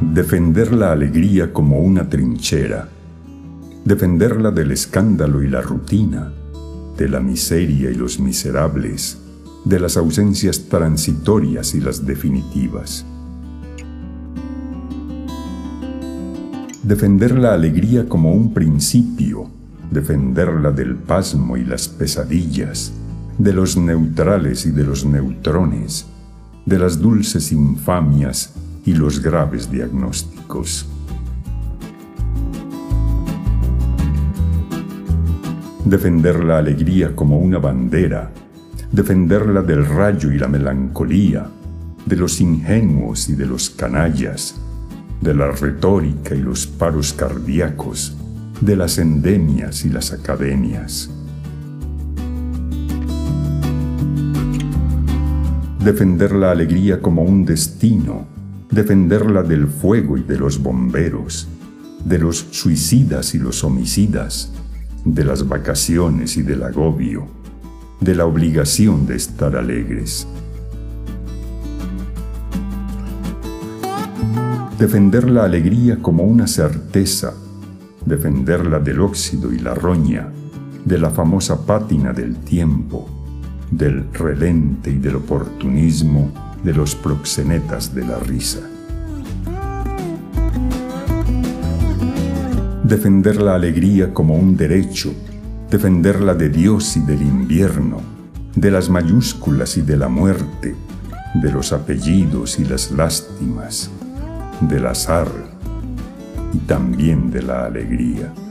Defender la alegría como una trinchera, defenderla del escándalo y la rutina, de la miseria y los miserables, de las ausencias transitorias y las definitivas. Defender la alegría como un principio, defenderla del pasmo y las pesadillas, de los neutrales y de los neutrones, de las dulces infamias y los graves diagnósticos. Defender la alegría como una bandera, defenderla del rayo y la melancolía, de los ingenuos y de los canallas, de la retórica y los paros cardíacos, de las endemias y las academias. Defender la alegría como un destino, defenderla del fuego y de los bomberos, de los suicidas y los homicidas, de las vacaciones y del agobio, de la obligación de estar alegres. Defender la alegría como una certeza, defenderla del óxido y la roña, de la famosa pátina del tiempo, del relente y del oportunismo de los proxenetas de la risa. Defender la alegría como un derecho, defenderla de Dios y del invierno, de las mayúsculas y de la muerte, de los apellidos y las lástimas, del azar y también de la alegría.